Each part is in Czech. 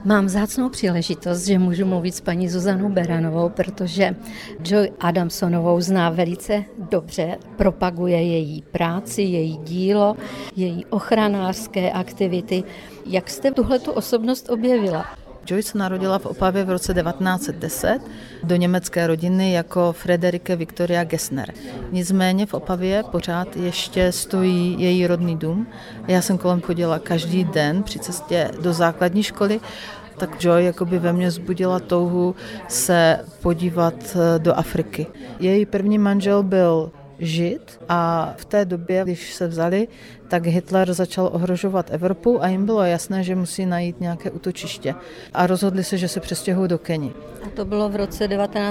Mám vzácnou příležitost, že můžu mluvit s paní Zuzanou Beranovou, protože Joy Adamsonovou zná velice dobře, propaguje její práci, její dílo, její ochranářské aktivity. Jak jste tuhletu osobnost objevila? Joy se narodila v Opavě v roce 1910 do německé rodiny jako Friederike Victoria Gessner. Nicméně v Opavě pořád ještě stojí její rodný dům. Já jsem kolem chodila každý den při cestě do základní školy, tak Joy jakoby ve mně vzbudila touhu se podívat do Afriky. Její první manžel byl Žid a v té době, když se vzali, tak Hitler začal ohrožovat Evropu a jim bylo jasné, že musí najít nějaké útočiště. A rozhodli se, že se přestěhují do Keni. A to bylo v roce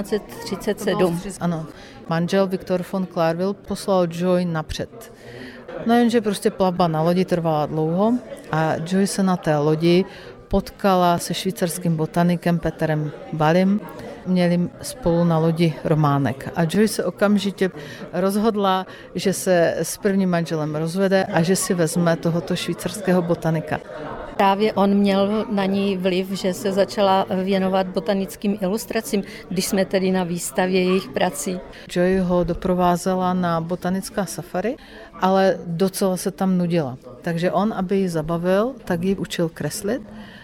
1937. Ano, manžel Viktor von Clarville poslal Joy napřed. No jenže prostě plavba na lodi trvala dlouho a Joy se na té lodi potkala se švýcarským botanikem Peterem Balim. Měli spolu na lodi románek. A Joy se okamžitě rozhodla, že se s prvním manželem rozvede a že si vezme tohoto švýcarského botanika. Právě on měl na ní vliv, že se začala věnovat botanickým ilustracím, když jsme tedy na výstavě jejich prací. Joy ho doprovázela na botanická safari, ale docela se tam nudila. Takže on, aby ji zabavil, tak ji učil kreslit.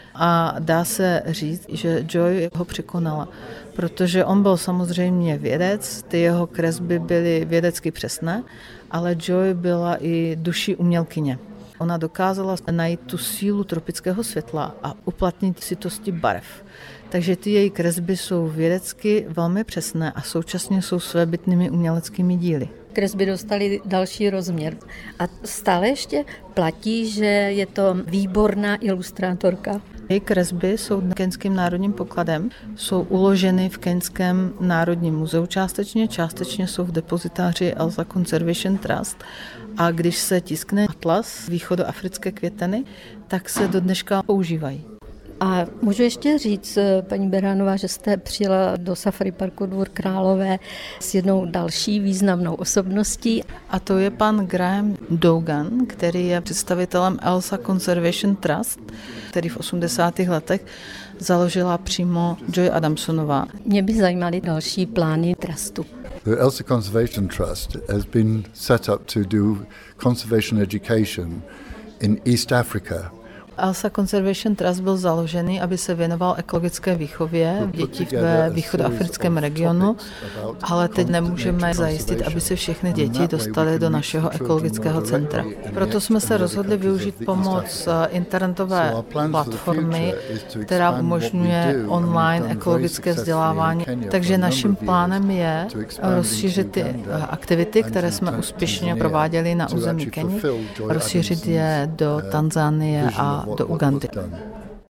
A dá se říct, že Joy ho překonala, protože on byl samozřejmě vědec, ty jeho kresby byly vědecky přesné, ale Joy byla i duší umělkyně. Ona dokázala najít tu sílu tropického světla a uplatnit sitosti barev. Takže ty její kresby jsou vědecky velmi přesné a současně jsou svébytnými uměleckými díly. Kresby dostaly další rozměr. A stále ještě platí, že je to výborná ilustrátorka. Její kresby jsou Keňským národním pokladem, jsou uloženy v Keňském národním muzeu částečně jsou v depozitáři Elsa Conservation Trust a když se tiskne atlas východoafrické květeny, tak se do dneška používají. A můžu ještě říct, paní Beranová, že jste přijela do Safari Parku Dvůr Králové s jednou další významnou osobností. A to je pan Graham Dougan, který je představitelem Elsa Conservation Trust, který v 80. letech založila přímo Joy Adamsonová. Mě by zajímaly další plány trustu. The Elsa Conservation Trust has been set up to do conservation education in East Africa. Elsa Conservation Trust byl založený, aby se věnoval ekologické výchově dětí ve východoafrickém regionu, ale teď nemůžeme zajistit, aby se všechny děti dostaly do našeho ekologického centra. Proto jsme se rozhodli využít pomoc internetové platformy, která umožňuje online ekologické vzdělávání. Takže naším plánem je rozšířit ty aktivity, které jsme úspěšně prováděli na území Keni, rozšířit je do Tanzánie a do Ugandy.